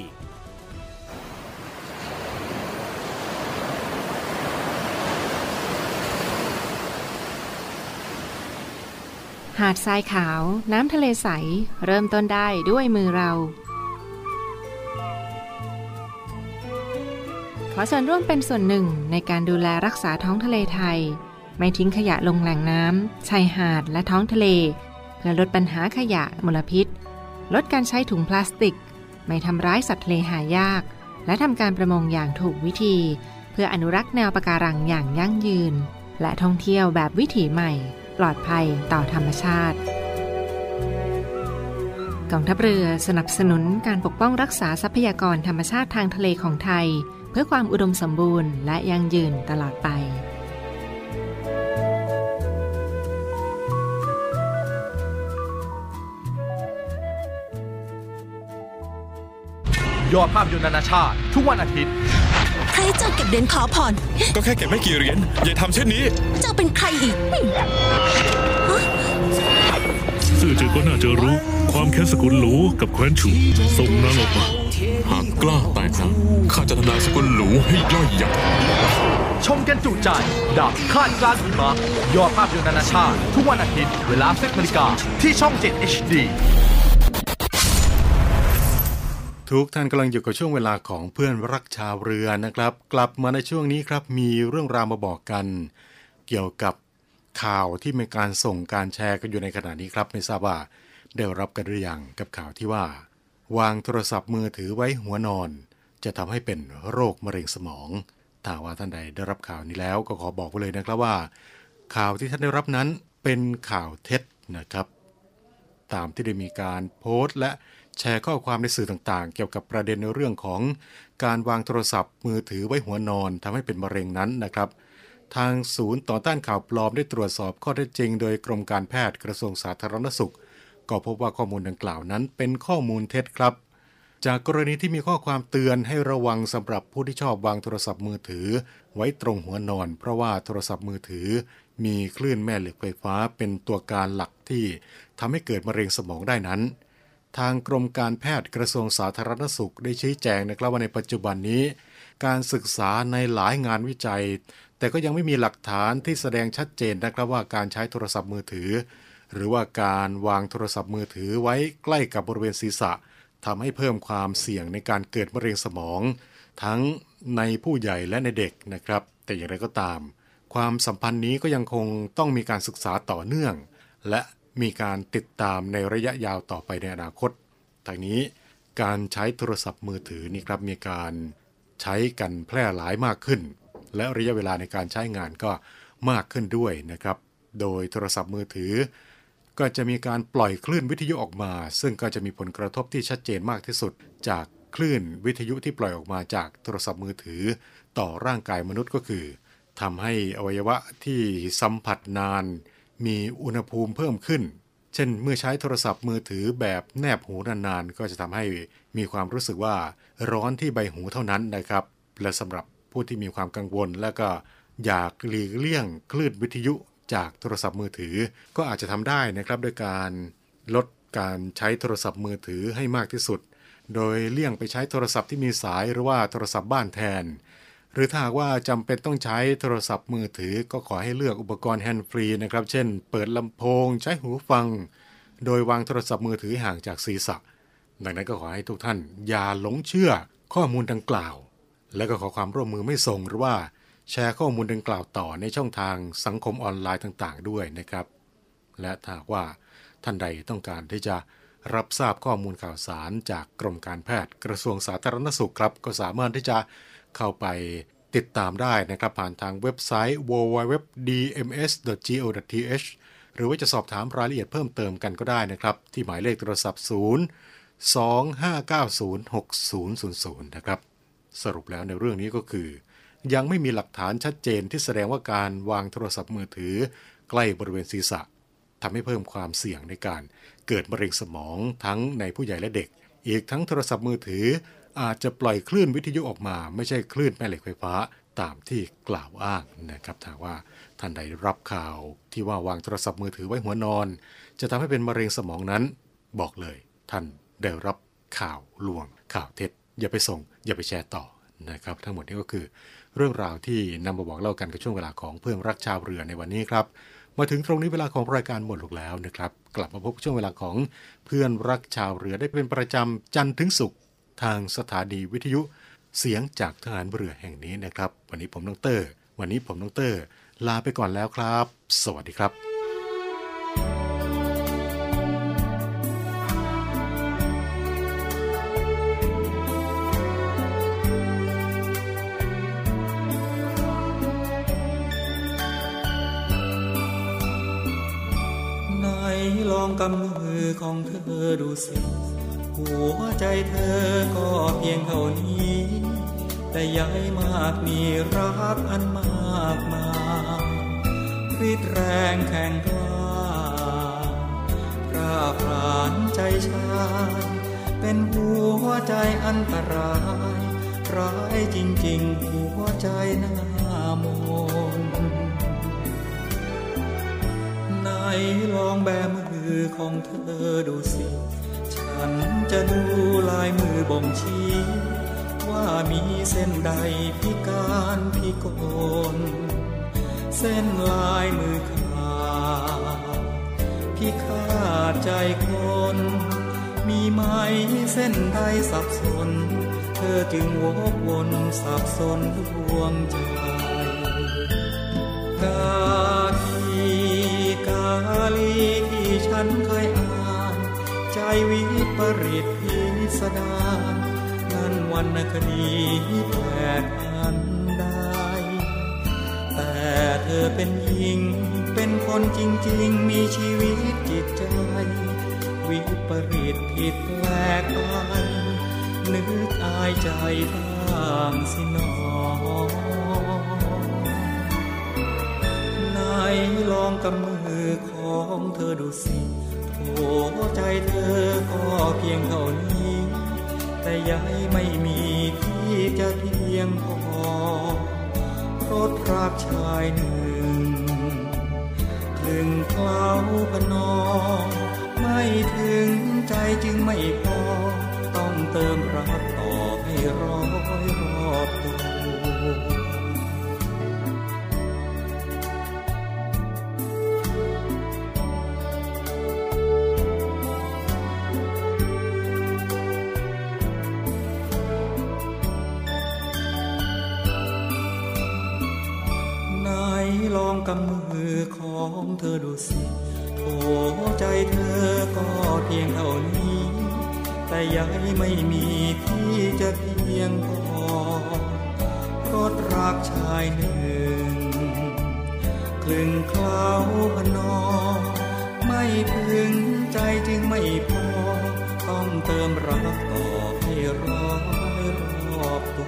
หาดทรายขาวน้ำทะเลใสเริ่มต้นได้ด้วยมือเราขอส่วนร่วมเป็นส่วนหนึ่งในการดูแลรักษาท้องทะเลไทยไม่ทิ้งขยะลงแหล่งน้ำชายหาดและท้องทะเลเพื่อลดปัญหาขยะมลพิษลดการใช้ถุงพลาสติกไม่ทำร้ายสัตว์ทะเลหายากและทำการประมงอย่างถูกวิธีเพื่ออนุรักษ์แนวปะการังอย่างยั่งยืนและท่องเที่ยวแบบวิถีใหม่ปลอดภัยต่อธรรมชาติกองทัพเรือสนับสนุนการปกป้องรักษาทรัพยากรธรรมชาติทางทะเลของไทยเพื่อความอุดมสมบูรณ์และยั่งยืนตลอดไปยอดภาพยนตร์นานาชาติทุกวันอาทิตย์ใครเจ้าเก็บเหรียญขอพรก็แค่เก็บไม่กี่เหรียญอย่าทำเช่นนี้เจ้าเป็นใครอีกซื่อจือก็น่าจะรู้ความแค้นสกุลหลูกับแคว้นฉูส่งนางออกมาหากกล้าแตกหักข้าจะทำลายสกุลหลูให้ย่อยยับชมกันจุใจดาบข้านกล้าหิมะยอดภาพยนตร์นานาชาติทุกวันอาทิตย์เวลาสิบนาฬิกาที่ช่องเจ็ด เอช ดีทุกท่านกำลังอยู่กับช่วงเวลาของเพื่อนรักชาวเรือนะครับกลับมาในช่วงนี้ครับมีเรื่องราวมาบอกกันเกี่ยวกับข่าวที่มีการส่งการแชร์กันอยู่ในขณะนี้ครับไม่ทราบว่าได้รับกันหรือยังกับข่าวที่ว่าวางโทรศัพท์มือถือไว้หัวนอนจะทำให้เป็นโรคมะเร็งสมองถ้าว่าท่านใดได้รับข่าวนี้แล้วก็ขอบอกไว้เลยนะครับว่าข่าวที่ท่านได้รับนั้นเป็นข่าวเท็จนะครับตามที่ได้มีการโพสต์และแชร์ข้อความในสื่อต่างๆเกี่ยวกับประเด็นในเรื่องของการวางโทรศัพท์มือถือไว้หัวนอนทำให้เป็นมะเร็งนั้นนะครับทางศูนย์ต่อต้านข่าวปลอมได้ตรวจสอบข้อเท็จจริงโดยกรมการแพทย์กระทรวงสาธารณสุขก็พบว่าข้อมูลดังกล่าวนั้นเป็นข้อมูลเท็จครับจากกรณีที่มีข้อความเตือนให้ระวังสำหรับผู้ที่ชอบวางโทรศัพท์มือถือไว้ตรงหัวนอนเพราะว่าโทรศัพท์มือถือมีคลื่นแม่เหล็กไฟฟ้าเป็นตัวการหลักที่ทำให้เกิดมะเร็งสมองได้นั้นทางกรมการแพทย์กระทรวงสาธารณสุขได้ชี้แจงนะครับว่าในปัจจุบันนี้การศึกษาในหลายงานวิจัยแต่ก็ยังไม่มีหลักฐานที่แสดงชัดเจนนะครับว่าการใช้โทรศัพท์มือถือหรือว่าการวางโทรศัพท์มือถือไว้ใกล้กับบริเวณศีรษะทำให้เพิ่มความเสี่ยงในการเกิดมะเร็งสมองทั้งในผู้ใหญ่และในเด็กนะครับแต่อย่างไรก็ตามความสัมพันธ์นี้ก็ยังคงต้องมีการศึกษาต่อเนื่องและมีการติดตามในระยะยาวต่อไปในอนาคตทางนี้การใช้โทรศัพท์มือถือนี่ครับมีการใช้กันแพร่หลายมากขึ้นและระยะเวลาในการใช้งานก็มากขึ้นด้วยนะครับโดยโทรศัพท์มือถือก็จะมีการปล่อยคลื่นวิทยุออกมาซึ่งก็จะมีผลกระทบที่ชัดเจนมากที่สุดจากคลื่นวิทยุที่ปล่อยออกมาจากโทรศัพท์มือถือต่อร่างกายมนุษย์ก็คือทำให้อวัยวะที่สัมผัสนานมีอุณหภูมิเพิ่มขึ้นเช่นเมื่อใช้โทรศัพท์มือถือแบบแนบหูนานๆก็จะทำให้มีความรู้สึกว่าร้อนที่ใบหูเท่านั้นนะครับและสำหรับผู้ที่มีความกังวลและก็อยากหลีกเลี่ยงคลื่นวิทยุจากโทรศัพท์มือถือก็อาจจะทำได้นะครับด้วยการลดการใช้โทรศัพท์มือถือให้มากที่สุดโดยเลี่ยงไปใช้โทรศัพท์ที่มีสายหรือว่าโทรศัพท์บ้านแทนหรือถ้าว่าจำเป็นต้องใช้โทรศัพท์มือถือก็ขอให้เลือกอุปกรณ์แฮนด์ฟรีนะครับเช่นเปิดลำโพงใช้หูฟังโดยวางโทรศัพท์มือถือห่างจากศีรษะดังนั้นก็ขอให้ทุกท่านอย่าหลงเชื่อข้อมูลดังกล่าวและก็ขอความร่วมมือไม่ส่งหรือว่าแชร์ข้อมูลดังกล่าวต่อในช่องทางสังคมออนไลน์ต่างๆด้วยนะครับและถ้าว่าท่านใดต้องการที่จะรับทราบข้อมูลข่าวสารจากกรมการแพทย์กระทรวงสาธารณสุขครับก็สามารถที่จะเข้าไปติดตามได้นะครับผ่านทางเว็บไซต์ ดับเบิลยู ดับเบิลยู ดับเบิลยู ดอท ดี เอ็ม เอส ดอท จี โอ ดอท ที เอช หรือว่าจะสอบถามรายละเอียดเพิ่มเติมกันก็ได้นะครับที่หมายเลขโทรศัพท์ศูนย์ สอง ห้า เก้า ศูนย์ หก ศูนย์ ศูนย์ ศูนย์นะครับสรุปแล้วในเรื่องนี้ก็คือยังไม่มีหลักฐานชัดเจนที่แสดงว่าการวางโทรศัพท์มือถือใกล้บริเวณศีรษะทำให้เพิ่มความเสี่ยงในการเกิดมะเร็งสมองทั้งในผู้ใหญ่และเด็กอีกทั้งโทรศัพท์มือถืออาจจะปล่อยคลื่นวิทยุออกมาไม่ใช่คลื่นแม่เหล็กไฟฟ้าตามที่กล่าวอ้างนะครับถ้าว่าท่านใดรับข่าวที่ว่าวางโทรศัพท์มือถือไว้หัวนอนจะทำให้เป็นมะเร็งสมองนั้นบอกเลยท่านได้รับข่าวลวงข่าวเท็จอย่าไปส่งอย่าไปแชร์ต่อนะครับทั้งหมดนี้ก็คือเรื่องราวที่นำมาบอกเล่ากันกับช่วงเวลาของเพื่อนรักชาวเรือในวันนี้ครับมาถึงตรงนี้เวลาของรายการหมดลงแล้วนะครับกลับมาพบช่วงเวลาของเพื่อนรักชาวเรือได้เป็นประจำจันทร์ถึงศุกร์ทางสถานีวิทยุเสียงจากทหารเรือแห่งนี้นะครับวันนี้ผมน้องเตอร์วันนี้ผมน้องเตอร์ลาไปก่อนแล้วครับสวัสดีครับลองกำมือของเธอดูสิหัวใจเธอก็เพียงเท่านี้แต่ใหญ่มากมีรักอันมากมายรีดแรงแข่งกล้าพร่าพรานใจชายเป็นหัวใจอันตรายร้ายจริงๆหัวใจน่ามนไหนลองแบมือของเธอดูสิฉันจะดูลายมือบ่งชี้ว่ามีเส้นใดพิการพิกลเส้นลายมือขาดพิฆาตใจคนมีไหมเส้นใดสับสนเธอจึงวกวนสับสนดวงใจกาลีกาลีที่ฉันเคยอ่านใจวิปริตพิสดารนั้นวรรณคดีแปลกอันใดแต่เธอเป็นหญิงเป็นคนจริงๆมีชีวิตจิตใจวิปริตผิดแปลกไปนึกอายใจบ้างสิหนอไหนลองกำมือของเธอดูสิหัวใจเธอก็เพียงเท่านี้แต่ยังไม่มีที่จะเพียงพอรถรักชายหนึ่งคลึงเคล้าพนอไม่ถึงใจจึงไม่พอต้องเติมรักต่อให้ร้อยรอบตัวลองกำมือของเธอดูสิหัวใจเธอก็เพียงเท่านี้แต่ยังไม่มีที่จะเพียงพอรถรักชายหนึ่งคลึงเคล้าพนอไม่พึงใจจึงไม่พอต้องเติมรักต่อให้ร้อยรอบตัว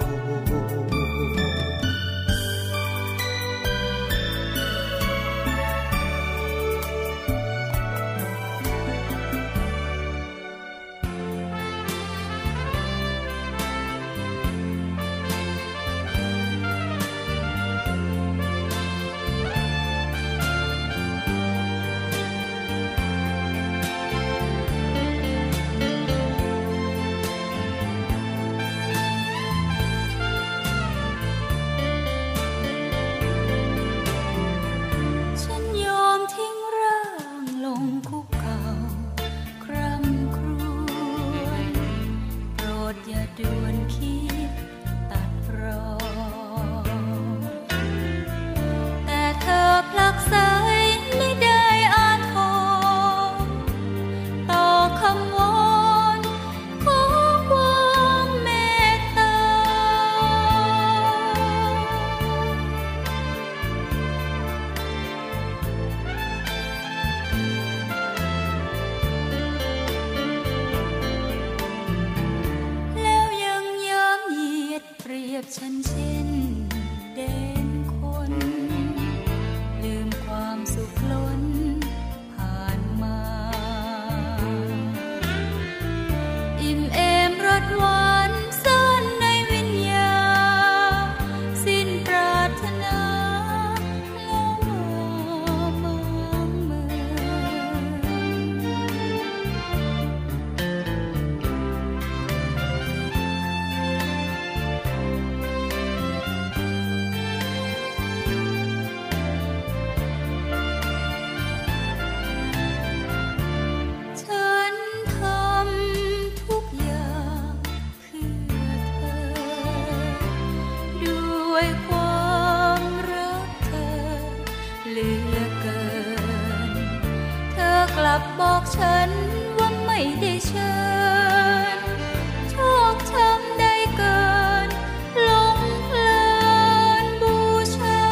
เหลือเกินเธอกลับบอกฉันว่าไม่ได้เชิญโชคช้ำได้เกินหลงเพลินบูชา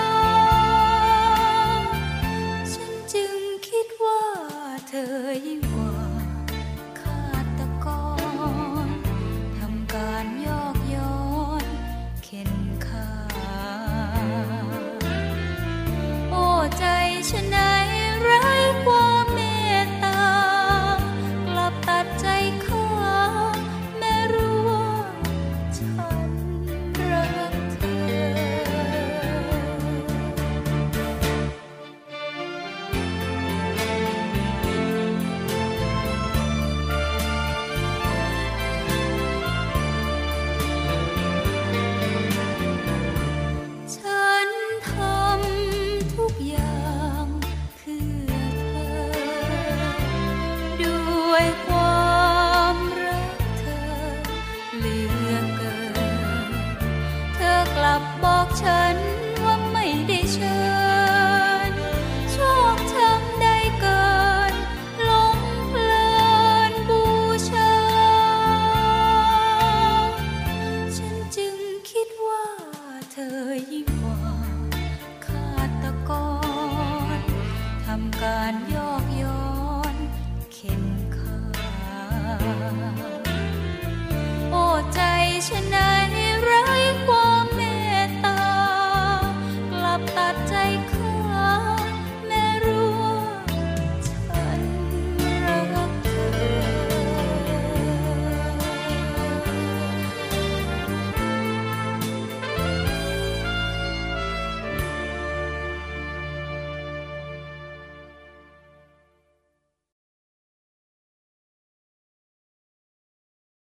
ฉันจึงคิดว่าเธอยิ่งกว่าฆาตกรทำการยอกย้อนเข็นฆ่าโอ้ใจฉันไหนไร้ความเมตตากลับตัดใจข้าแม้รู้ว่าฉันรักเธอฉันทำทุกอย่างเพื่อเธอด้วยความรักเธอเหลือเกินเธอกลับบอกฉันว่าไม่ได้เชิญโชคช้ำได้เกินหลงเพลินบูชาฉันจึงคิดว่าเธอยิ่งกว่าฆาตกรทำการยอก